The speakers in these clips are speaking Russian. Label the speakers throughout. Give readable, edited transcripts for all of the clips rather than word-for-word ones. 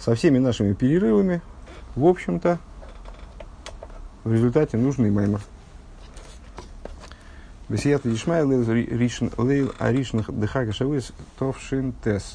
Speaker 1: со всеми нашими перерывами, в общем-то, в результате нужный маймер. Бесията Ишмай Лейл Аришных Дехага Шавуис Товшин Тес.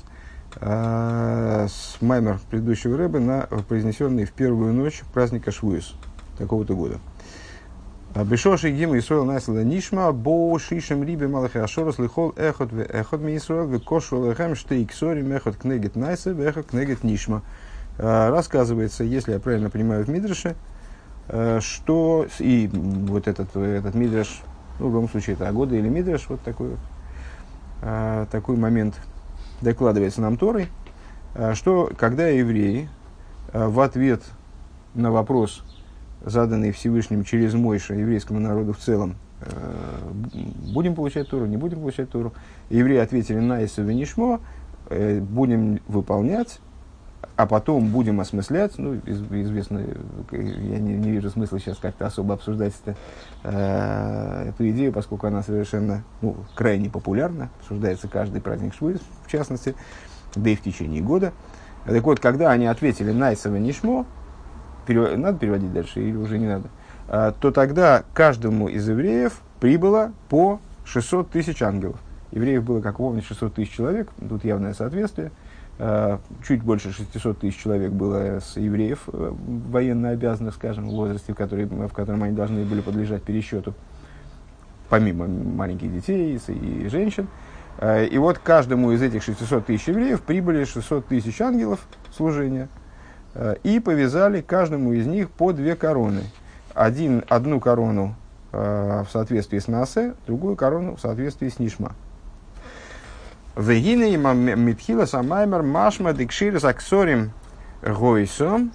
Speaker 1: С маймер предыдущего рэба, произнесенный в первую ночь праздника Швуис такого-то года. Бешоши Гима Исроил Найсла Нишма Бо Шишем Рибе Малахи Ашорос Лихол Эхот Ве Эхот Ми Исроил Ве Кошу Лехем Штейк Сори Мехот Кнегет Найса Ве Эхот Кнегет Нишма. Рассказывается, если я правильно понимаю, в Мидраше, что и вот этот Мидраш, ну, в любом случае, это Агода или Мидраш, вот такой момент докладывается нам Торой, что когда евреи в ответ на вопрос, заданный Всевышним через Мойше еврейскому народу в целом, будем получать Тору, не будем получать Тору, евреи ответили Найса ве Нишмо, будем выполнять, а потом будем осмыслять. Ну, известно, я не вижу смысла сейчас как-то особо обсуждать эту идею, поскольку она совершенно, крайне популярна, обсуждается каждый праздник Швуис, в частности, да и в течение года. Так вот, когда они ответили Найса ве Нишмо, надо переводить дальше или уже не надо, то тогда каждому из евреев прибыло по 600 тысяч ангелов. Евреев было, как вы помните, 600 тысяч человек, тут явное соответствие. Чуть больше 600 тысяч человек было с евреев военно обязанных, скажем, в возрасте, в котором они должны были подлежать пересчету, помимо маленьких детей и женщин. И вот каждому из этих 600 тысяч евреев прибыли 600 тысяч ангелов служения и повязали каждому из них по 2 короны. Одну корону в соответствии с Наасе, другую корону в соответствии с Нишма. Вегины има митхила самаймер машма дикширис аксорим гойсо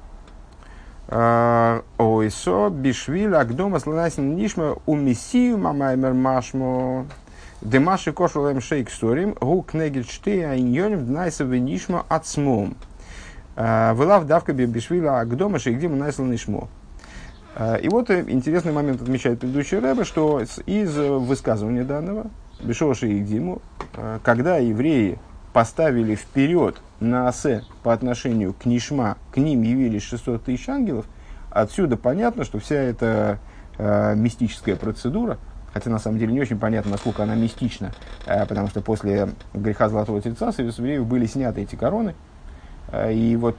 Speaker 1: ойсо бишвиль агдома сланасин нишма умисию мамаймер машмо демаши кошулем шейксорим гу кнегит штея иньоним днайса венишма ацмом вылав давка бишвиля агдома шейкдима найсла нишмо. И вот интересный момент отмечает предыдущий рэбе, что из высказывания данного Бешоши и Игдиму, когда евреи поставили вперед Наасе по отношению к Нишма, к ним явились 600 тысяч ангелов, отсюда понятно, что вся эта мистическая процедура, хотя на самом деле не очень понятно, насколько она мистична, потому что после греха Золотого Тельца с евреев были сняты эти короны, и вот,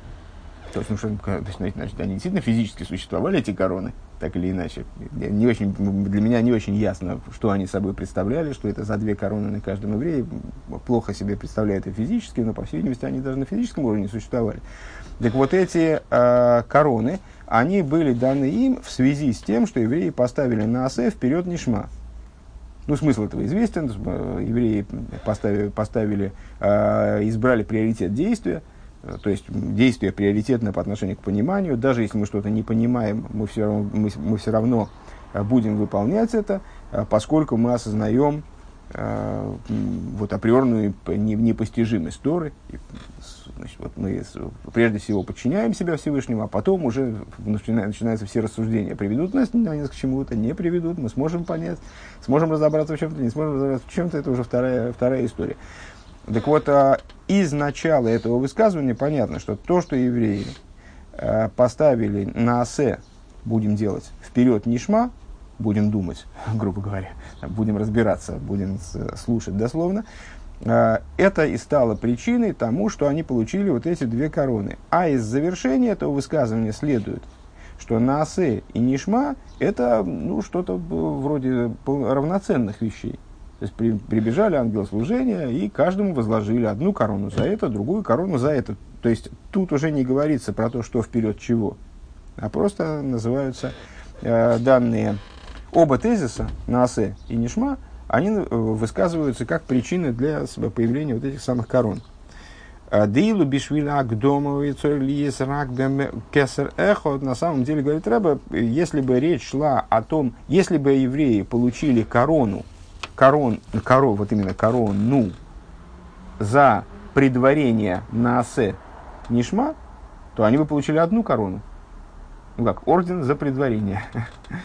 Speaker 1: значит, они действительно физически существовали, эти короны, так или иначе. Для меня не очень ясно, что они собой представляли, что это за 2 короны на каждом еврее. Плохо себе представляют и физически, но, по всей видимости, они даже на физическом уровне существовали. Так вот, эти короны, они были даны им в связи с тем, что евреи поставили Наасе вперед Нишма. Смысл этого известен. Евреи избрали приоритет действия. То есть действие приоритетно по отношению к пониманию. Даже если мы что-то не понимаем, мы все равно будем выполнять это, поскольку мы осознаем априорную непостижимость Торы. Значит, мы прежде всего подчиняем себя Всевышнему, а потом уже начинаются все рассуждения. Приведут нас к чему-то, не приведут, мы сможем понять, сможем разобраться в чем-то, не сможем разобраться в чем-то, это уже вторая история. Так вот, из начала этого высказывания понятно, что то, что евреи поставили Наасе, будем делать, вперед Нишма, будем думать, грубо говоря, будем разбираться, будем слушать дословно, это и стало причиной тому, что они получили вот эти 2 короны. А из завершения этого высказывания следует, что Наасе и Нишма – это что-то вроде равноценных вещей. То есть прибежали ангелы служения и каждому возложили одну корону за это, другую корону за это. То есть тут уже не говорится про то, что вперед чего, а просто называются данные оба тезиса, Наасе и Нишма, они высказываются как причины для появления вот этих самых корон. Дейлу бишвиля агдома вицорлиес ракбем кесер эхот. На самом деле, говорит Рэбе, если бы речь шла о том, если бы евреи получили корону за предварение Наасе Нишма, то они бы получили одну корону. Орден за предварение.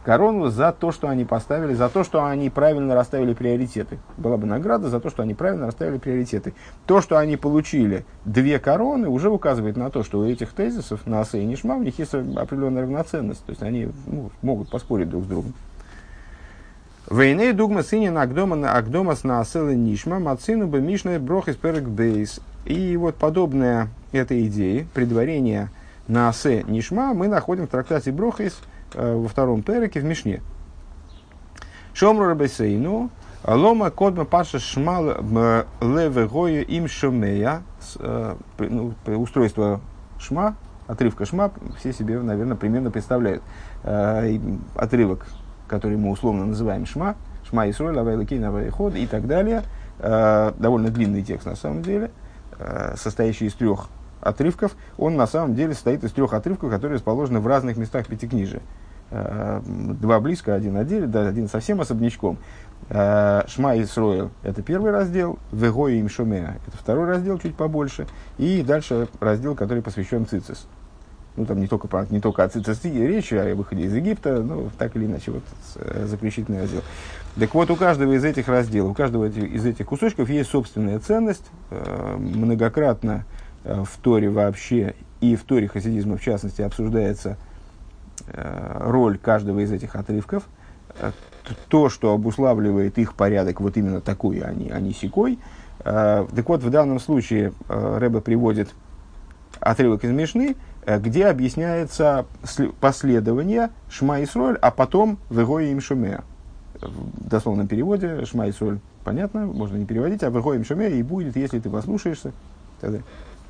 Speaker 1: корону за то, что они поставили, за то, что они правильно расставили приоритеты. Была бы награда за то, что они правильно расставили приоритеты. То, что они получили 2 короны, уже указывает на то, что у этих тезисов, наасе и нишма, у них есть определенная равноценность. То есть они могут поспорить друг с другом. Вейней дугма синин агдомас наасе нишма мацину бы мишна брох из перек бейс. И вот подобная этой идее, предварение наасе нишма, мы находим в трактате Брохис во 2 переке в Мишне. Шомру рабесейну, лома кодма паша шмал левегою им шомея. Устройство шма, отрывка шма, все себе, наверное, примерно представляют. Отрывок, который мы условно называем шма, шма Исроль, авай лакейн, авай ход и так далее. Довольно длинный текст на самом деле, состоящий из 3 отрывков. Он на самом деле состоит из 3 отрывков, которые расположены в разных местах Пятикнижия. 2 близко, 1 отдельно, один совсем особнячком. Шма Исроэл – это 1 раздел, Вегой им Шомеа – это 2 раздел, чуть побольше, и дальше раздел, который посвящен Цицис. Ну, там не только о Цицис речь, а о выходе из Египта, ну, так или иначе, вот заключительный раздел. Так вот, у каждого из этих разделов, у каждого из этих кусочков есть собственная ценность, многократно в Торе вообще и в Торе хасидизма в частности обсуждается роль каждого из этих отрывков, то, что обуславливает их порядок, вот именно такой, а не сякой. Так вот, в данном случае Ребе приводит отрывок из Мишны, где объясняется последование Шма Исроль, а потом Вегой им Шомеа. В дословном переводе Шма Исроль понятно, можно не переводить, а Вегой им Шомеа и будет, если ты послушаешься. Тогда.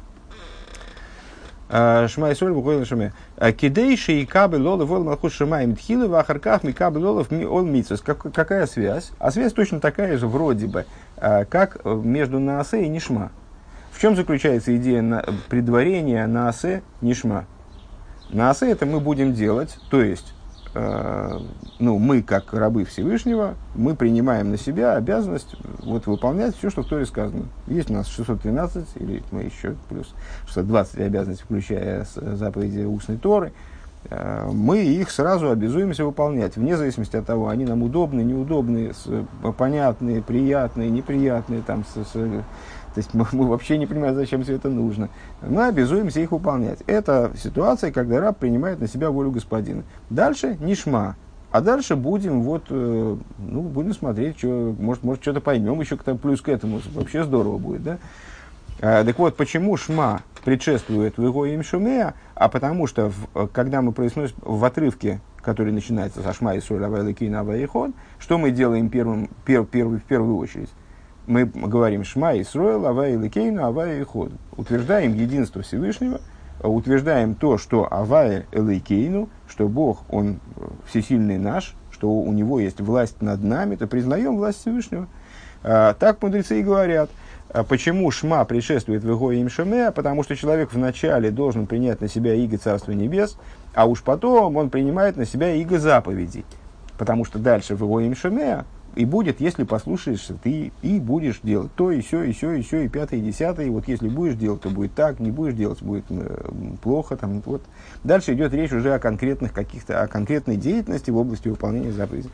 Speaker 1: Шма Исроль Вегой им Шомеа. Кидейши и кабы лола вол малхус Шма им тхилы в ахарках ми кабы лолов ми ол митсус. Какая связь? А связь точно такая же вроде бы, как между Наасе и Нишма. В чем заключается идея предварения Наасе Нишма? Наасе это мы будем делать, то есть мы, как рабы Всевышнего, мы принимаем на себя обязанность выполнять все, что в Торе сказано. Есть у нас 613, или мы еще плюс 620 обязанностей, включая заповеди устной Торы. Мы их сразу обязуемся выполнять, вне зависимости от того, они нам удобны, неудобны, понятные, приятные, неприятные, то есть мы вообще не понимаем, зачем все это нужно. Мы обязуемся их выполнять. Это ситуация, когда раб принимает на себя волю господина. Дальше нишма. А дальше будем будем смотреть, может что-то поймем, еще плюс к этому. Вообще здорово будет, да? Так вот, почему шма предшествует Вегой им Шомеа? А потому что, когда мы произносим в отрывке, который начинается со Шма Исроль авай лакейн авай ход, что мы делаем в первую очередь? Мы говорим «Шма Исроэл, авай элокейну, авай ход». Утверждаем единство Всевышнего, утверждаем то, что авай элокейну, что Бог, Он всесильный наш, что у Него есть власть над нами, то признаем власть Всевышнего. Так мудрецы и говорят. Почему Шма предшествует Вегой им Шомеа? Потому что человек вначале должен принять на себя иго Царства Небес, а уж потом он принимает на себя иго заповедей. Потому что дальше Вегой им Шомеа и будет, если послушаешься, ты и будешь делать то, и сё, и сё, и сё, и пятое, и десятое. И вот если будешь делать, то будет так, не будешь делать, будет плохо. Вот. Дальше идет речь уже о конкретной деятельности в области выполнения заповедей.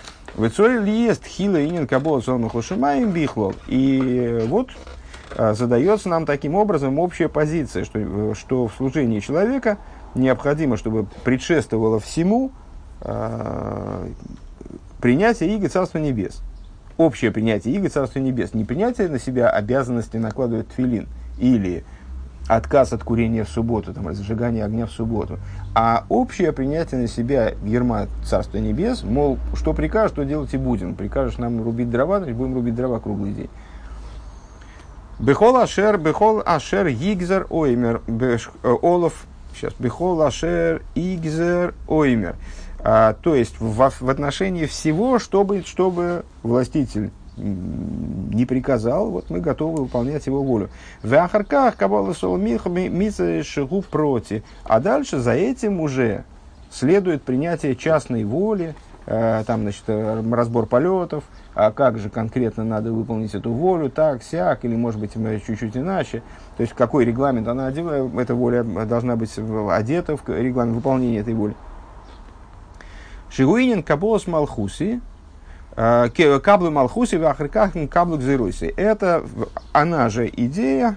Speaker 1: И вот задается нам таким образом общая позиция, что в служении человека необходимо, чтобы предшествовало всему принятие иго Царства Небес. Общее принятие иго Царства Небес. Не принятие на себя обязанности накладывать тфилин или отказ от курения в субботу, разжигание огня в субботу, а общее принятие на себя ерма Царства Небес, мол, что прикажешь, то делать и будем. Прикажешь нам рубить дрова, значит будем рубить дрова круглый день. Бехол ашер игзер оймер. Олов. Сейчас. Бехол ашер игзер оймер. То есть в отношении всего, чтобы властитель не приказал, вот мы готовы выполнять его волю. В ахарках кабала сол мица шигу проти. А дальше за этим уже следует принятие частной воли, разбор полетов, а как же конкретно надо выполнить эту волю, так, сяк, или может быть чуть-чуть иначе. То есть в какой регламент она одета, эта воля должна быть одета в регламент выполнения этой воли. Шигуинин каболос малхуси, каблу малхуси в ахриках каблу кзируси. Это она же идея.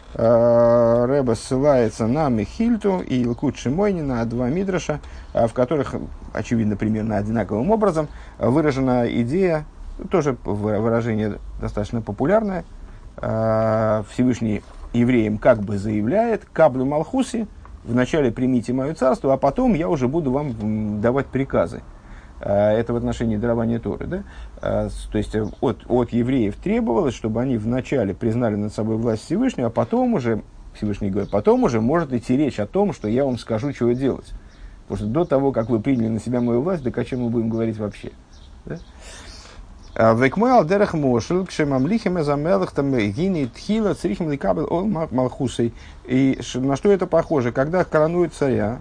Speaker 1: Рэба ссылается на Мехильту и Илкут Шимойнина, два мидраша, в которых, очевидно, примерно одинаковым образом выражена идея, тоже выражение достаточно популярное, Всевышний евреям как бы заявляет: «Каблю малхуси, вначале примите мое царство, а потом я уже буду вам давать приказы». Это в отношении дарования Торы. Да? То есть от евреев требовалось, чтобы они вначале признали над собой власть Всевышнего, а потом уже, Всевышний говорит, потом уже может идти речь о том, что я вам скажу, чего делать. Потому что до того, как вы приняли на себя мою власть, так о чем мы будем говорить вообще? Да? Векмуал дерах мошел, кшемамлихем эзамелах там гини тхила црихим ликабел ол малхусей. И на что это похоже? Когда коронуют царя,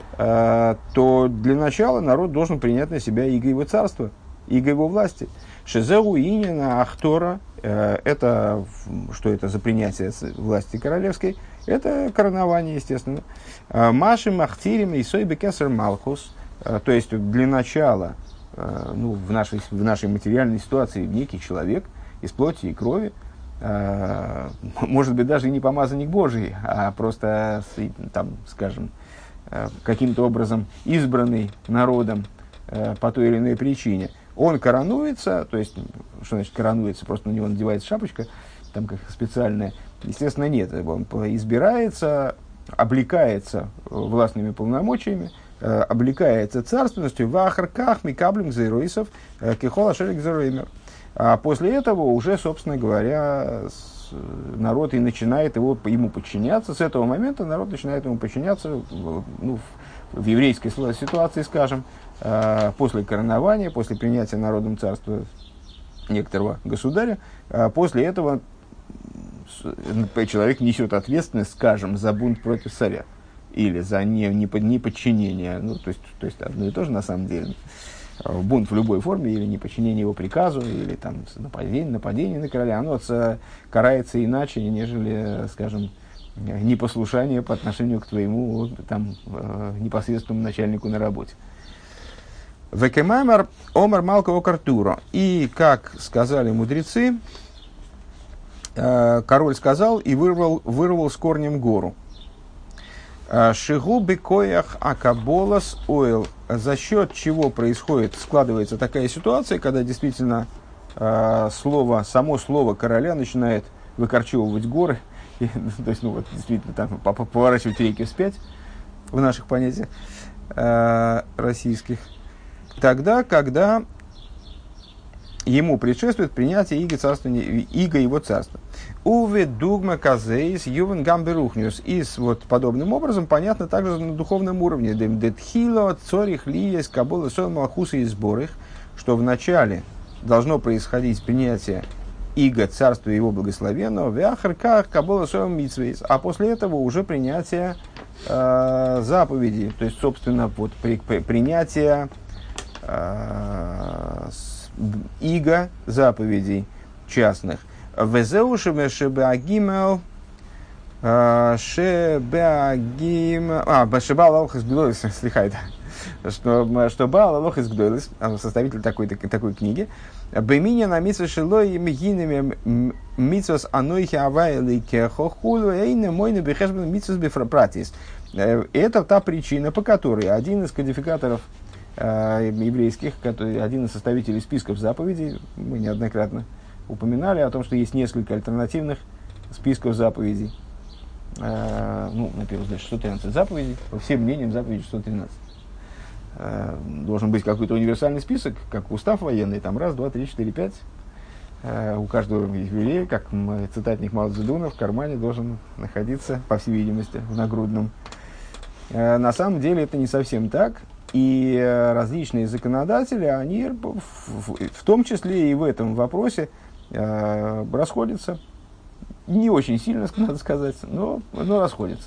Speaker 1: то для начала народ должен принять на себя иго его царства, иго его власти. Шезеу инина ахтора, это что это за принятие власти королевской? Это коронование, естественно. Маши махтирим и сой бекесер малхус, то есть для начала, ну, в нашей материальной ситуации некий человек из плоти и крови, может быть даже и не помазанник Божий, а просто, там, скажем, каким-то образом избранный народом по той или иной причине, он коронуется, то есть, что значит коронуется, просто на него надевается шапочка, там как специальная, естественно, нет, он избирается, облекается властными полномочиями, облекается царственностью в ахарках микаблем зейруисов кихола шерик зейруимер. А после этого уже, собственно говоря, народ и начинает ему подчиняться. С этого момента народ начинает ему подчиняться, ну, в еврейской ситуации, скажем, после коронования, после принятия народом царства некоторого государя. После этого человек несет ответственность, скажем, за бунт против царя или за неподчинение. Ну, то есть одно и то же на самом деле. Бунт в любой форме, или неподчинение его приказу, или там, нападение на короля, оно карается иначе, нежели, скажем, непослушание по отношению к твоему там, непосредственному начальнику на работе. Векемаймер омар малка окартуро. И, как сказали мудрецы, король сказал и вырвал с корнем гору. Шигу бекоях акаболас ойл, за счет чего складывается такая ситуация, когда действительно само слово короля начинает выкорчевывать горы, то есть, ну вот, действительно, там, поворачивать реки вспять в наших понятиях российских, тогда, когда ему предшествует принятие иго его царства. Уве дугма казейс ювен гамберухниус. И вот подобным образом понятно также на духовном уровне. Детхило цорих лиес кабола сон малхуса и сборых, что вначале должно происходить принятие иго царства его благословенного, в ахарках кабола сон митсвейс, а после этого уже принятие заповедей, то есть, собственно, вот, принятие иго заповедей частных. Везеу шебеагимел шебеал алохис гдойлес, слихай, что Баал алохис гдойлес, составитель такой книги, беминя на митсве шилой мигинами митсвес анойхи авайлике хохулу эйне мойны бехешбен митсвес бефрапратис. Это та причина, по которой один из кодификаторов еврейских, один из составителей списков заповедей, мы неоднократно упоминали о том, что есть несколько альтернативных списков заповедей. Ну, на первый взгляд, 613 заповедей, по всем мнениям заповедей 613. Должен быть какой-то универсальный список, как устав военный, там 1, 2, 3, 4, 5. У каждого еврея, как цитатник Мао Цзэдуна, в кармане должен находиться, по всей видимости, в нагрудном. На самом деле это не совсем так. И различные законодатели, они в том числе и в этом вопросе расходятся. Не очень сильно, надо сказать, но расходятся.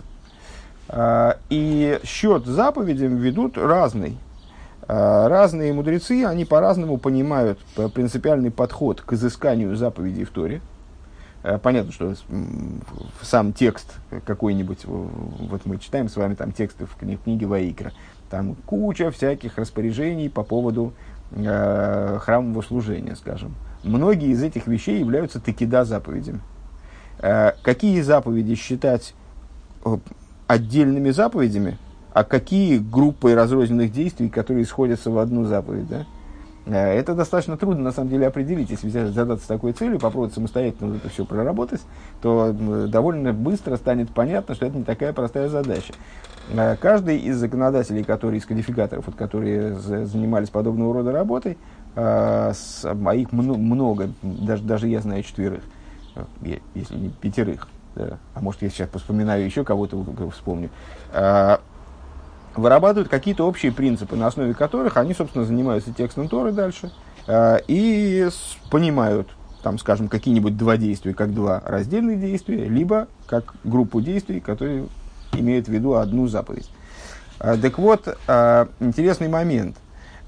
Speaker 1: И счет заповедям ведут разный. Разные мудрецы, они по-разному понимают принципиальный подход к изысканию заповедей в Торе. Понятно, что сам текст какой-нибудь, вот мы читаем с вами там тексты в книге Ваикра, там куча всяких распоряжений по поводу храмового служения, скажем. Многие из этих вещей являются текида заповедями. Какие заповеди считать отдельными заповедями, а какие группы разрозненных действий, которые сходятся в одну заповедь, да? Это достаточно трудно, на самом деле, определить. Если задаться такой целью, попробовать самостоятельно это все проработать, то довольно быстро станет понятно, что это не такая простая задача. Каждый из законодателей, из кодификаторов, которые занимались подобного рода работой, а их много, даже я знаю 4, если не 5, да, а может я сейчас вспоминаю еще кого-то, вспомню, вырабатывают какие-то общие принципы, на основе которых они, собственно, занимаются текстом Торы дальше и понимают, там, скажем, какие-нибудь 2 действия как 2 раздельных действия, либо как группу действий, которые имеют в виду одну заповедь. Так вот, интересный момент.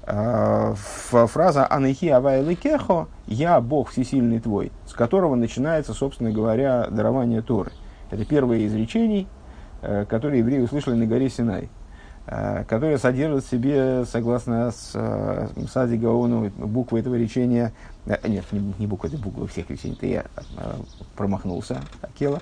Speaker 1: Фраза «Анехи авай лекехо» «Я Бог всесильный твой», с которого начинается, собственно говоря, дарование Торы. Это первое из речений, которые евреи услышали на горе Синай, которое содержит в себе, согласно Сади Гаону, буквы этого речения, нет, не буквы, это буквы всех речений, это я промахнулся, Акела,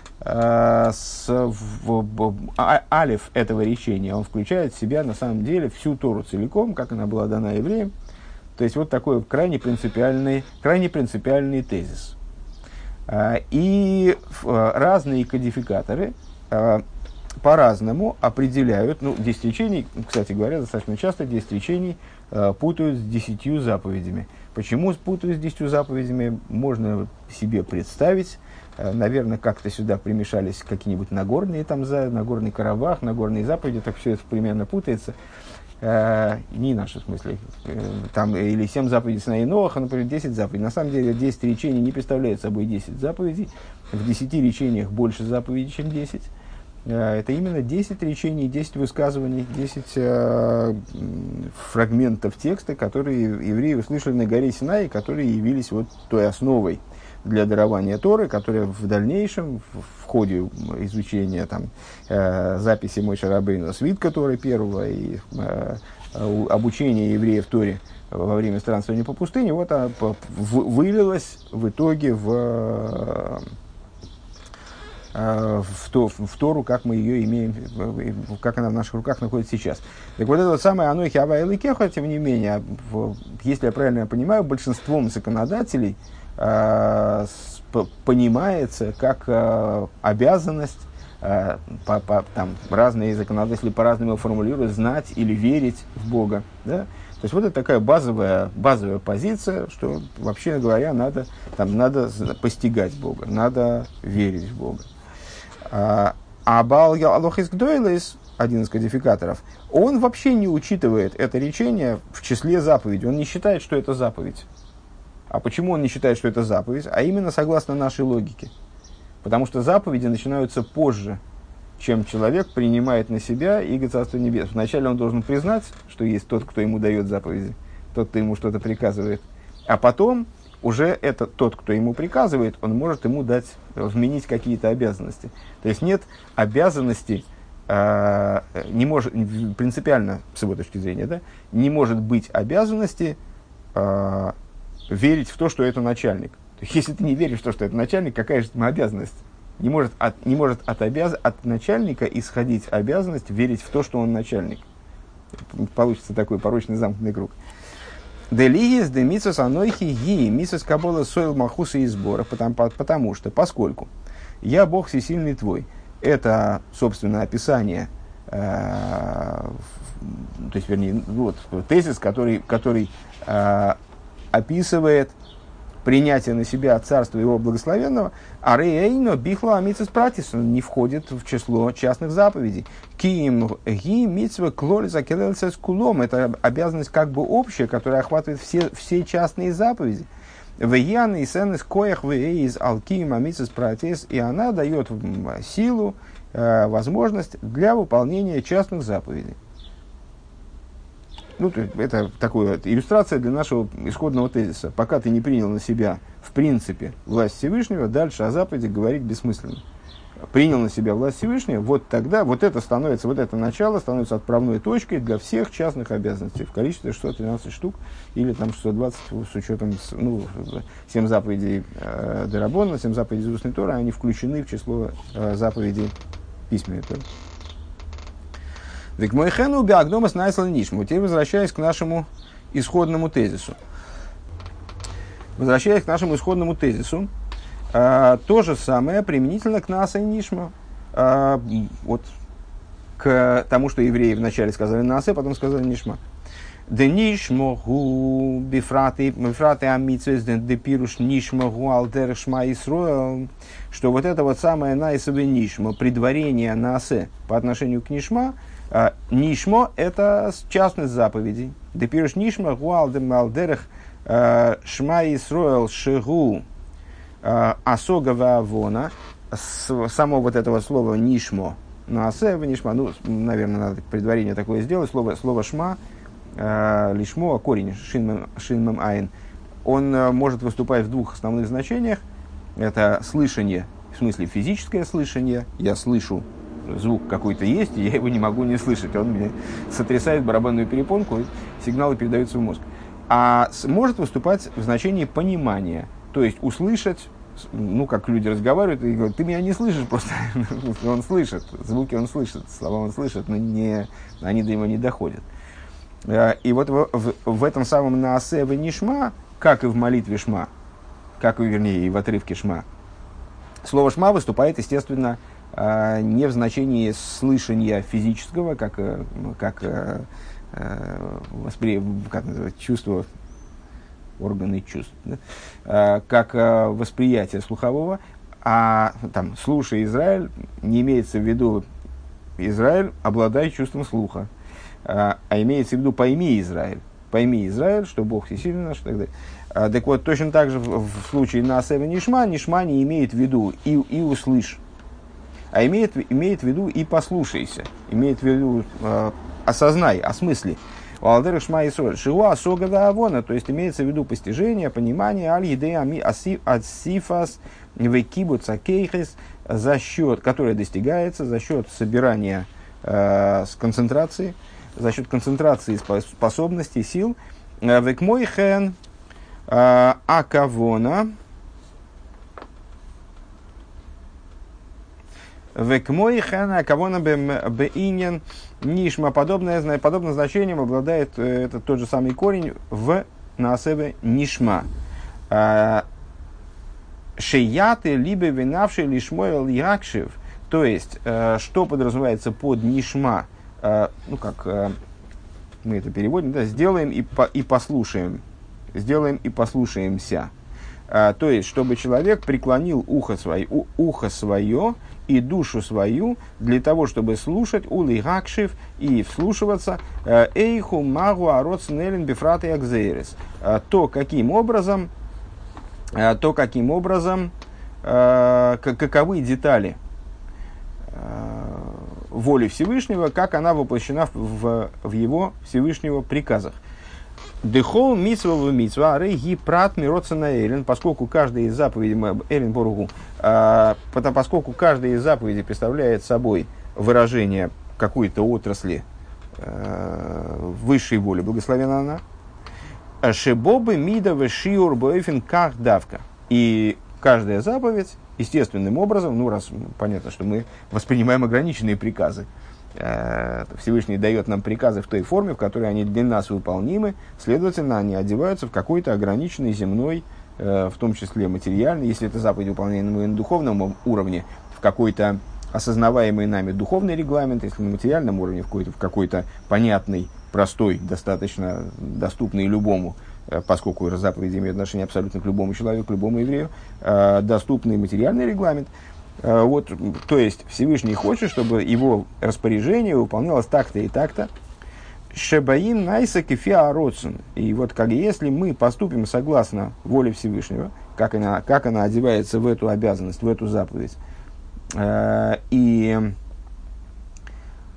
Speaker 1: алиф этого речения, он включает в себя, на самом деле, всю Тору целиком, как она была дана евреям. То есть, вот такой крайне принципиальный тезис. И разные кодификаторы по-разному определяют, 10 речений, кстати говоря, достаточно часто 10 речений путают с 10 заповедями. Почему путают с 10 заповедями, можно себе представить. Наверное, как-то сюда примешались какие-нибудь Нагорный Карабах, Нагорные заповеди, так все это примерно путается. Не наши, в смысле. Там, или 7 заповедей Синай Ноаха, например, 10 заповедей. На самом деле 10 речений не представляют собой 10 заповедей. В 10 речениях больше заповедей, чем 10. Это именно 10 речений, 10 высказываний, 10 фрагментов текста, которые евреи услышали на горе Синай, которые явились вот той основой для дарования Торы, которая в дальнейшем, в ходе изучения записи Моше Рабейну, свитка Торы первого и обучения евреев Торе во время странствования по пустыне, вылилась в итоге в Тору, как мы ее имеем, как она в наших руках находится сейчас. Так вот, это вот самое «Анохи авай лекехо», тем не менее, если я правильно понимаю, большинством законодателей понимается как обязанность, разные законодатели по-разному формулируют, знать или верить в Бога. Да? То есть, вот это такая базовая позиция, что, вообще говоря, надо постигать Бога, надо верить в Бога. А Баал Алохис Гдойлес, один из кодификаторов, он вообще не учитывает это речение в числе заповедей. Он не считает, что это заповедь. А почему он не считает, что это заповедь? А именно согласно нашей логике. Потому что заповеди начинаются позже, чем человек принимает на себя иго Царства Небес. Вначале он должен признать, что есть тот, кто ему дает заповеди, тот, кто ему что-то приказывает. А потом уже тот, кто ему приказывает, он может ему вменить какие-то обязанности. То есть нет обязанности, не может, принципиально, с его точки зрения, да, не может быть обязанности верить в то, что это начальник. То есть, если ты не веришь в то, что это начальник, какая же там обязанность? Не может от начальника исходить обязанность верить в то, что он начальник. Получится такой порочный замкнутый круг. Делиес де митсос анойхи ги митсос кабола сойл махуса и сбора, потому что, поскольку я Бог всесильный твой, это, собственно, описание, то есть, вернее, вот тезис, который описывает принятие на себя Царства Его Благословенного, а рейно бихла амитсис практис не входит в число частных заповедей. Киим ги митсва клолиса келелсес кулом. Это обязанность как бы общая, которая охватывает все частные заповеди. Веян и сенес коях веис алкиим амитсис практис, и она дает силу, возможность для выполнения частных заповедей. Это такая иллюстрация для нашего исходного тезиса. Пока ты не принял на себя в принципе власть Всевышнего, дальше о заповеди говорить бессмысленно. Принял на себя власть Всевышнего, вот тогда вот это начало становится отправной точкой для всех частных обязанностей в количестве 613 штук, или там 620 с учетом 7 заповедей Дерабона, 7 заповедей устной Торы, они включены в число заповедей письменной Торы. Викмойхену биагдомас найслан нишму. Теперь возвращаясь к нашему исходному тезису. То же самое применительно к Наасе Нишма. Вот к тому, что евреи вначале сказали Наасе, потом сказали Нишма. Де Нишмо гу бифраты амитсвес де пируш Нишмо гу алдер шма Исроэл, что вот это вот самое Наисове Нишмо, предварение Наасе по отношению к Нишма. Нишмо – это частность заповедей. Де пируш Нишмо гу алдер шма Исроэл шигу асогава авона, само вот этого слова нишмо, наасе нишма, наверное, надо предварение такое сделать, слово шма, лишмо, корень, шинмем айн, он может выступать в двух основных значениях. Это слышание, в смысле физическое слышание, я слышу, звук какой-то есть, и я его не могу не слышать, он мне сотрясает барабанную перепонку, сигналы передаются в мозг. А может выступать в значении понимания, то есть услышать, как люди разговаривают, и говорят, ты меня не слышишь, просто он слышит, звуки он слышит, слова он слышит, но они до него не доходят. И вот в этом самом Наасе Нишма, как и в молитве Шма, и в отрывке Шма, слово Шма выступает, естественно, не в значении слышания физического, как чувство, органы чувств, да? Как восприятие слухового, а там, слушай Израиль, не имеется в виду Израиль, обладает чувством слуха, а имеется в виду пойми Израиль, что Бог всесильный наш и так далее. Так вот, точно так же в случае Наасе Нишма, Нишма не имеет в виду и услышь, а имеет в виду и послушайся, имеет в виду осознай, осмысли. Алдер шма Исроэль шигу асогава авона, то есть имеется в виду постижение, понимание аль-едея асифас векибуца кейхес, за счет, которое достигается за счет собирания с концентрации, за счет концентрации способностей, сил. Векмойхен акавона. Векмойхена кавона беинен нишма, подобное значением обладает этот тот же самый корень в Наасеве Нишма. Шеяты либо винавший лишмоэл якшев, то есть что подразумевается под Нишма, как мы это переводим, да, сделаем и послушаем, сделаем и послушаемся. То есть, чтобы человек преклонил ухо свое и душу свою для того, чтобы слушать улей гакшив и вслушиваться эйху магу ароц нелен бифрат и акзейрес, то каким образом каковы детали воли Всевышнего, как она воплощена в его Всевышнего приказах. Дехол митцва в митцва, рейги прат мироцена элен, поскольку каждая из заповедей элен боругу, поскольку каждая из заповедей представляет собой выражение какой-то отрасли высшей воли, благословена она. Шебобы мида вешиур боэфин как давка. И каждая заповедь естественным образом, раз понятно, что мы воспринимаем ограниченные приказы, Всевышний дает нам приказы в той форме, в которой они для нас выполнимы, следовательно, они одеваются в какой-то ограниченный земной, в том числе материальный, если это заповедь, выполняемая на духовном уровне, в какой-то осознаваемый нами духовный регламент, если на материальном уровне, в какой-то понятный, простой, достаточно доступный любому, поскольку заповеди имеют отношение абсолютно к любому человеку, к любому еврею, доступный материальный регламент. То есть Всевышний хочет, чтобы его распоряжение выполнялось так-то и так-то. Шебаим найса кефиа роцен. И если мы поступим согласно воле Всевышнего, как она одевается в эту обязанность, в эту заповедь, и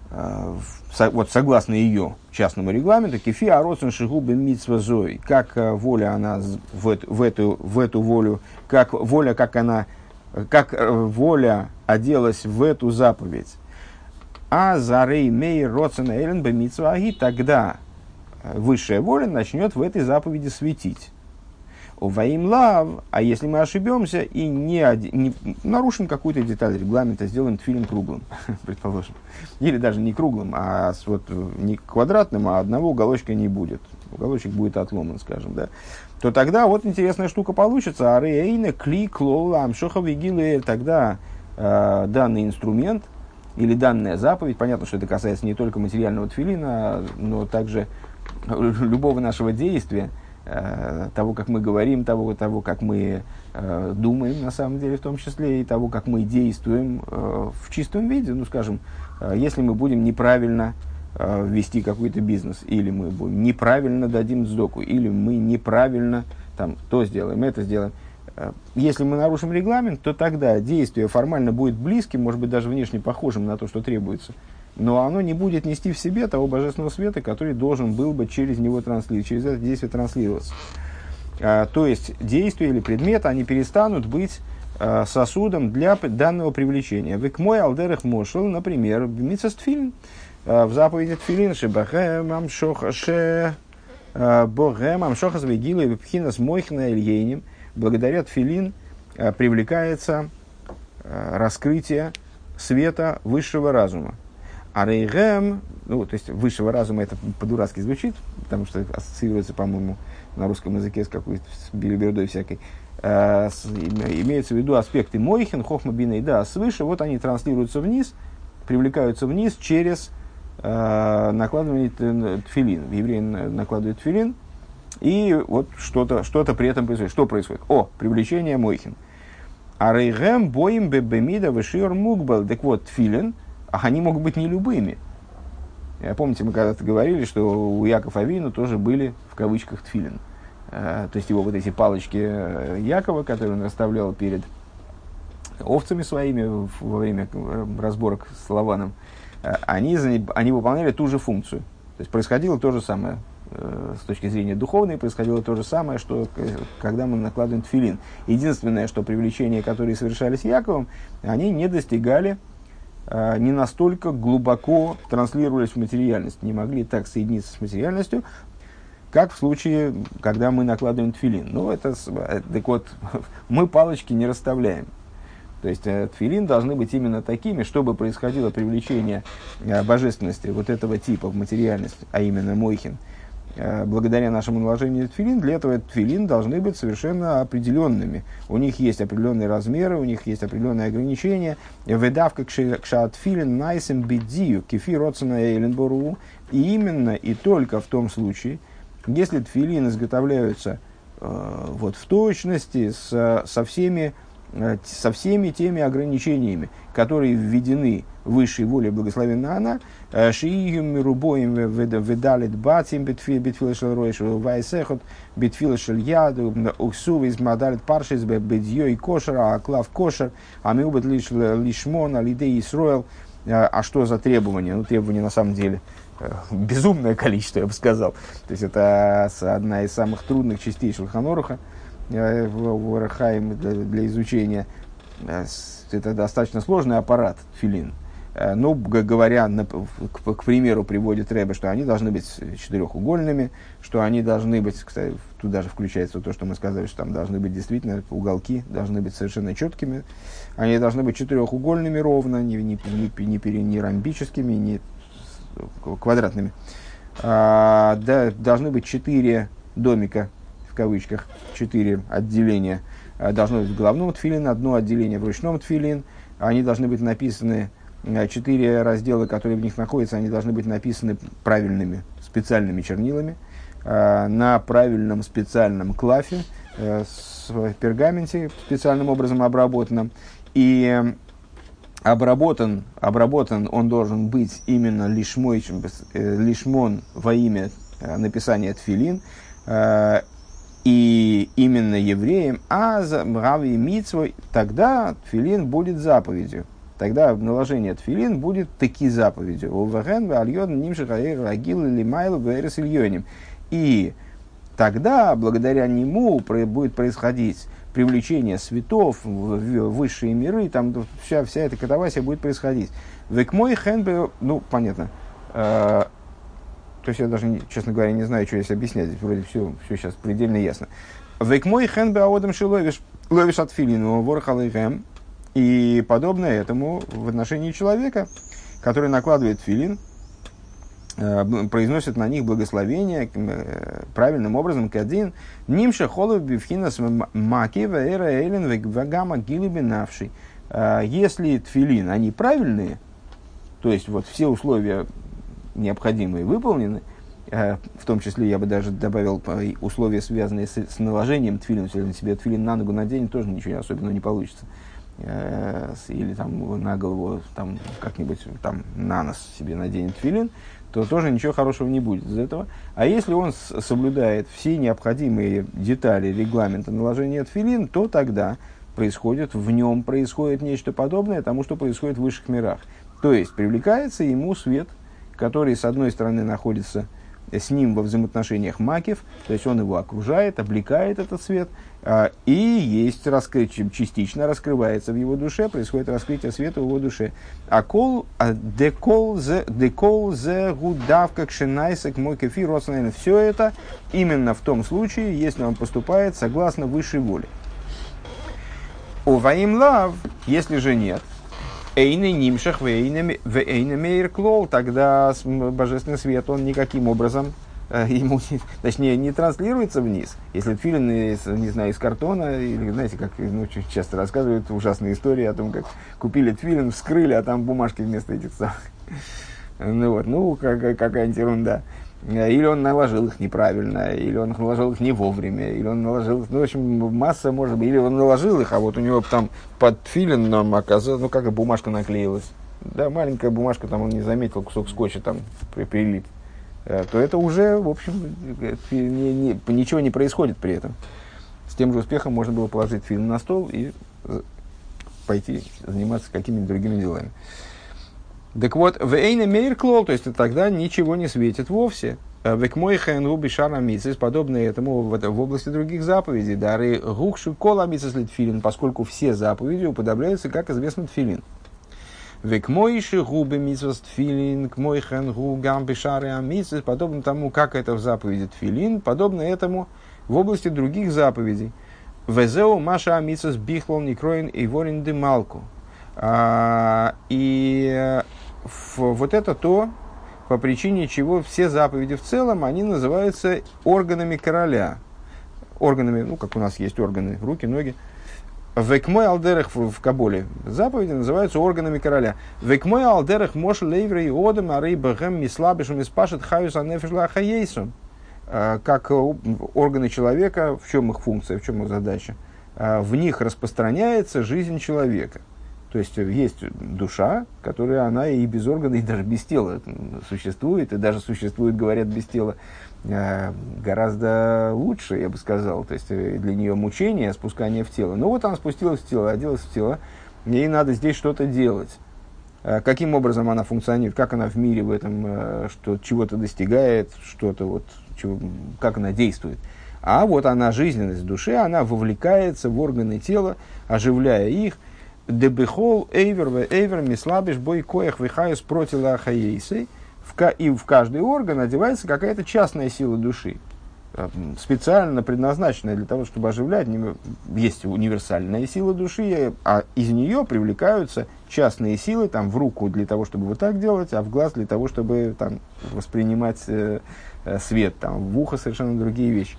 Speaker 1: вот согласно ее частному регламенту, кефи ароцен шигубы митцва зой, как воля она в эту волю, как воля, как воля оделась в эту заповедь. А зарей мей роцен эйлен бе митцва аги, тогда высшая воля начнет в этой заповеди светить. Уваим лав, а если мы ошибемся и не нарушим какую-то деталь регламента, сделаем тфилин круглым, предположим, или даже не круглым, а вот не квадратным, а одного уголочка не будет, уголочек будет отломан, скажем, да, то тогда вот интересная штука получится, а рейна кли клола амшоха вигилы, тогда данный инструмент или данная заповедь, понятно, что это касается не только материального тфилина, но также любого нашего действия, того, как мы говорим, того, как мы думаем, на самом деле, в том числе, и того, как мы действуем в чистом виде. Ну, скажем, если мы будем неправильно вести какой-то бизнес, или мы будем неправильно дадим сдоку, или мы неправильно то сделаем, это сделаем. Если мы нарушим регламент, то тогда действие формально будет близким, может быть, даже внешне похожим на то, что требуется, но оно не будет нести в себе того божественного света, который должен был бы через него через это действие транслироваться. То есть действия или предметы, они перестанут быть сосудом для данного привлечения. Век мой алдерах мошел, например, митцвас тфилин, в заповеди тфилин шебахэм амшоха звегилы вепхинас мойхна ильейним, благодаря тфилин привлекается раскрытие света высшего разума. А рейгэм, ну, то есть высшего разума, это по-дурацки звучит, потому что ассоциируется, по-моему, на русском языке с какой-то с билибердой всякой. Имеется в виду аспекты мойхин, хохма бина и да, свыше, вот они транслируются вниз, привлекаются вниз через накладывание тфилин. Еврей накладывает тфилин, и вот что-то при этом происходит. Что происходит? Привлечение мойхин. А рейгэм боим бебемида вешиор мукбал. Так вот, тфилин, они могут быть не любыми. Помните, мы когда-то говорили, что у Якова Авину тоже были, в кавычках, тфилин. То есть его вот эти палочки Якова, которые он расставлял перед овцами своими во время разборок с Лаваном, они выполняли ту же функцию. То есть происходило то же самое. С точки зрения духовной происходило то же самое, что когда мы накладываем тфилин. Единственное, что привлечения, которые совершались Яковом, они не достигали, не настолько глубоко транслировались в материальность, не могли так соединиться с материальностью, как в случае, когда мы накладываем тфилин. Ну, так вот, мы палочки не расставляем. То есть тфилин должны быть именно такими, чтобы происходило привлечение божественности вот этого типа в материальность, а именно мойхин. Благодаря нашему наложению тфилин, для этого тфилин должны быть совершенно определенными. У них есть определенные размеры, у них есть определенные ограничения. Ведавка кшаат тфилин найсем бедию кефи родсена эйленбору. И именно и только в том случае, если тфилин изготовляются вот в точности со всеми теми ограничениями, которые введены высшей волей благословенна она, шиигем мирубоим ведалит батим битфилашел ройшу вайсехот битфилашел яду уксу из мадалит паршис бедьей кошер аклав кошер амиубет лишмон алидей исроэл. А что за требования? Ну, требования на самом деле безумное количество, я бы сказал. То есть это одна из самых трудных частей Шулхан Аруха в Орахаим для изучения. Это достаточно сложный аппарат тфилин. Но, говоря, к примеру, приводит Ребе, что они должны быть четырехугольными, что они должны быть, кстати, тут даже включается то, что мы сказали, что там должны быть действительно уголки, должны быть совершенно четкими, они должны быть четырехугольными ровно, не ромбическими, не квадратными. Должны быть 4 домика, в кавычках, 4 отделения. Должно быть в головном тфилин, 1 отделение в ручном тфилин. Они должны быть написаны, 4 раздела, которые в них находятся, они должны быть написаны правильными специальными чернилами, на правильном специальном клафе, в пергаменте специальным образом обработанном. И обработан он должен быть именно лишмон во имя написания тфилин, и именно евреям, а за мрави мицвой, тогда тфилин будет заповедью. тогда наложение тфилин будет таки заповедью. И тогда, благодаря нему, будет происходить привлечение светов в высшие миры, там вся эта катавасия будет происходить. Век мой хенбе, ну, понятно. То есть я даже, честно говоря, не знаю, что здесь объяснять. Здесь вроде все сейчас предельно ясно. Век мой хенбе аодам шиловиш от филину ворхалэгэм. И подобное этому в отношении человека, который накладывает филин, произносит на них благословение правильным образом, кадин, нимша холов бифхинас маки вэра элен вэгама гилубинавший. Если тфилин, они правильные, то есть вот все условия необходимые выполнены, в том числе я бы даже добавил условия, связанные с наложением тфилин, если он себе тфилин на ногу наденет, тоже ничего особенного не получится. Или там на голову, там как-нибудь там на нос себе наденет тфилин, то тоже ничего хорошего не будет из этого. А если он соблюдает все необходимые детали регламента наложения тфилин, то тогда в нем происходит нечто подобное тому, что происходит в высших мирах. То есть привлекается ему свет, который с одной стороны находится с ним во взаимоотношениях макев, то есть он его окружает, облекает этот свет, и есть частично раскрывается в его душе, происходит раскрытие света в его душе. Декол зе гудавка кшенайсек мой кефи родственный. Все это именно в том случае, если он поступает согласно высшей воле. Уваим лав, если же нет, эйны нимшах вэйны мейр клол, тогда божественный свет, он никаким образом ему, точнее, не транслируется вниз. Если тфилин, не знаю, из картона, или, знаете, как часто рассказывают ужасные истории о том, как купили тфилин, вскрыли, а там бумажки вместо этих самых. Какая-нибудь ерунда. Или он наложил их неправильно, или он наложил их не вовремя, или он наложил их, в общем, масса может быть, или он наложил их, а вот у него там под тфилином оказалось, как и бумажка наклеилась. Да, маленькая бумажка, там он не заметил, кусок скотча там прилип. То это уже, в общем, ничего не происходит при этом. С тем же успехом можно было положить фильм на стол и пойти заниматься какими-то другими делами. Так вот, в эйне мейр клол, то есть тогда ничего не светит вовсе. Век мой хэн губи шара мицис, подобное этому в области других заповедей. Дары гукши кола мицис литфилин, поскольку все заповеди уподобляются, как известно, тфилин. Век мойши губи мицис тфилин, к мой хэн гу гамби шары амицис, подобно тому, как это в заповеди тфилин, подобно этому в области других заповедей. Везеу маша амицис бихлол никроин и ворин демалку. И вот это то, по причине чего все заповеди в целом, они называются органами короля. Органами, как у нас есть органы, руки, ноги. Векмой алдерах в Каболе заповеди называются органами короля. Векмой алдерах мош лейврей одам арей бэгэм мислабишем испашет хаюс анефишла хаейсом. Как органы человека, в чем их функция, в чем их задача? В них распространяется жизнь человека. То есть есть душа, которая она и без органа, и даже без тела существует, и даже существует, говорят, без тела гораздо лучше, я бы сказал. То есть для нее мучение, спускание в тело. Ну вот она спустилась в тело, оделась в тело, ей надо здесь что-то делать. Каким образом она функционирует, как она в мире в этом, что чего-то достигает, что-то вот, как она действует. А вот она, жизненность души, она вовлекается в органы тела, оживляя их. Дебихол эйвер мислабиш бой коях вихаюс протила хаейсы. И в каждый орган одевается какая-то частная сила души, специально предназначенная для того, чтобы оживлять. Есть универсальная сила души, а из нее привлекаются частные силы там, в руку для того, чтобы вот так делать, а в глаз для того, чтобы там, воспринимать свет, там, в ухо совершенно другие вещи.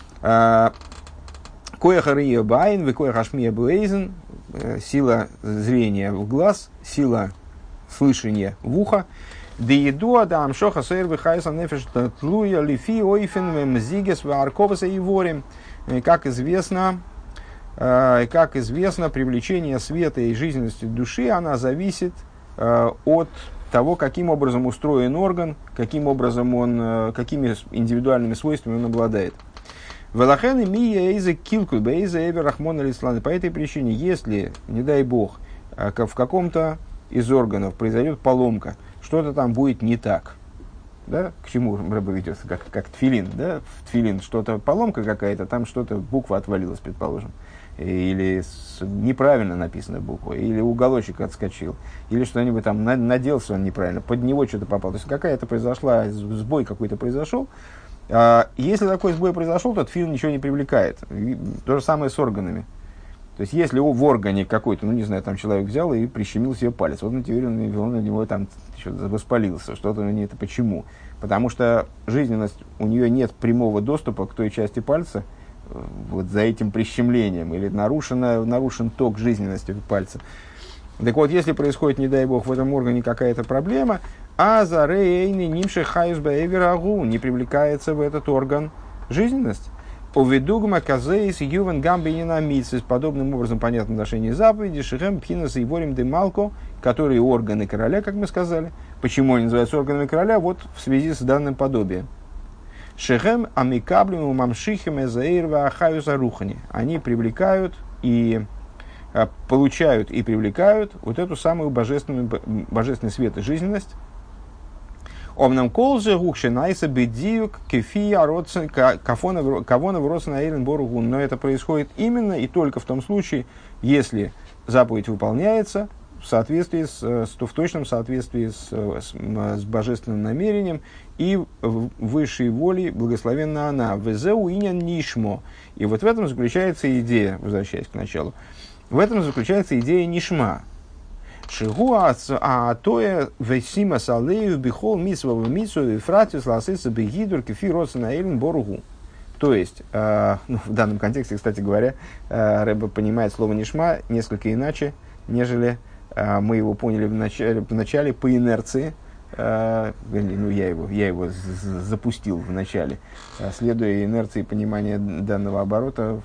Speaker 1: Кояхария байн, векояхашмия буэйзен, сила зрения в глаз, сила слышания в ухо. Дееду адам шоха сэрвы хайса нефеш тлуя лифи ойфен мзигес варковаса и ворим. Как известно, привлечение света и жизненности души, она зависит от того, каким образом устроен орган, какими индивидуальными свойствами он обладает. По этой причине, если, не дай бог, в каком-то из органов произойдет поломка, что-то там будет не так. Да? К чему Рэбе ведет? Как тфилин. Да? В тфилин что-то, поломка какая-то, там что-то, буква отвалилась, предположим. Или неправильно написана буква, или уголочек отскочил, или что-нибудь там наделся он неправильно, под него что-то попало. То есть какая-то произошла, сбой какой-то произошел. Если такой сбой произошел, то тфилин ничего не привлекает. То же самое с органами. То есть, если в органе какой-то, ну, не знаю, там человек взял и прищемил себе палец, вот теперь он на него там что-то воспалился, что-то у него это почему? Потому что жизненность, у нее нет прямого доступа к той части пальца, вот за этим прищемлением, или нарушен ток жизненности пальца. Так вот, если происходит, не дай бог, в этом органе какая-то проблема, а за рейни нимши хаюс баэверагу не привлекается в этот орган жизненность. Оведугма казеис ювен гамбинина митсис. Подобным образом понятно отношение заповеди шехем пхинас и ворим демалко, которые органы короля, как мы сказали. Почему они называются органами короля? Вот в связи с данным подобием. Шехем амикаблим мамшихем эзаирва ахаюса рухани. Они привлекают и получают и привлекают вот эту самую божественный свет и жизненность. Омнам колже гухшенайса бедиюк кефия родсен кавона в родсен аирен боругун. Но это происходит именно и только в том случае, если заповедь выполняется в соответствии в точном соответствии с божественным намерением и высшей волей, благословенна она. Везеу инян нишмо. И вот в этом заключается идея, возвращаясь к началу, в этом заключается идея нишма. Шигуа атоя весима салею бихол митсва митсу и фратис ласыса бегидур кефи родсена эйлен боругу. То есть, в данном контексте, кстати говоря, Рэбе понимает слово нишма несколько иначе, нежели мы его поняли в начале по инерции. Я его запустил в начале, следуя инерции понимания данного оборота,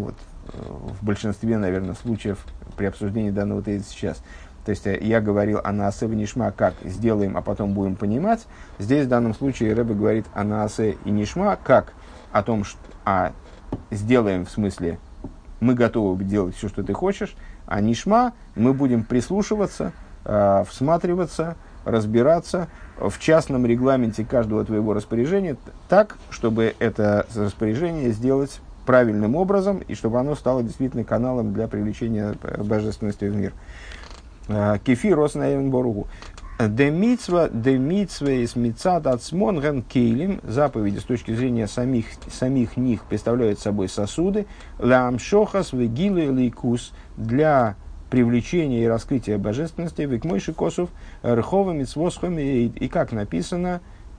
Speaker 1: в большинстве, наверное, случаев при обсуждении данного тезиса сейчас. То есть я говорил о наасе в нишма, как сделаем, а потом будем понимать. Здесь в данном случае Рэбе говорит о наасе и нишма, как о том, что сделаем, в смысле, мы готовы делать все, что ты хочешь, а нишма мы будем прислушиваться, всматриваться, разбираться в частном регламенте каждого твоего распоряжения так, чтобы это распоряжение сделать правильным образом и чтобы оно стало действительно каналом для привлечения божественности в мир. Кефи рос на Эвенборугу. Де митсва из митцат ацмон ген кейлим. Заповеди с точки зрения самих них представляют собой сосуды. Ламшохас вегилы лейкус для привлечения и раскрытия божественности. Векмойши косов рховым митцвосхом. И как написано,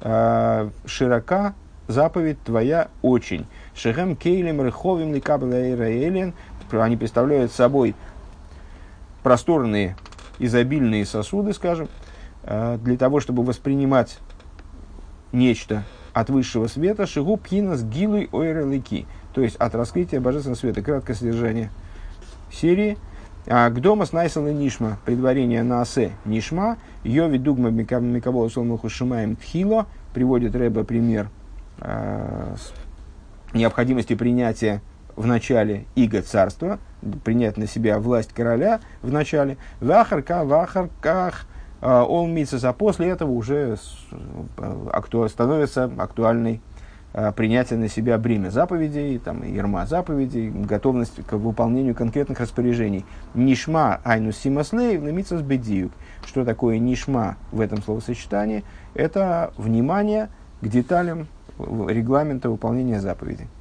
Speaker 1: широка заповедь твоя очень. Шехем кейлим рховым ликабелаэраэлен. Они представляют собой просторные, изобильные сосуды, скажем, для того, чтобы воспринимать нечто от высшего света, шигу пхинас гилуй ойрелики, то есть от раскрытия божественного света. Краткое содержание серии. Гдомас найсал и нишма, предварение наасе нишма, йови дугма микавола солмуху шимаем тхило, приводит Рэбе пример необходимости принятия в начале иго царства, принять на себя власть короля в начале, вахарках ол митсес, а после этого уже становится актуальной принятие на себя бремя заповедей, ерма заповедей, готовность к выполнению конкретных распоряжений. Нишма айнус симаслей на митсес бедиюк. Что такое нишма в этом словосочетании? Это внимание к деталям регламента выполнения заповедей.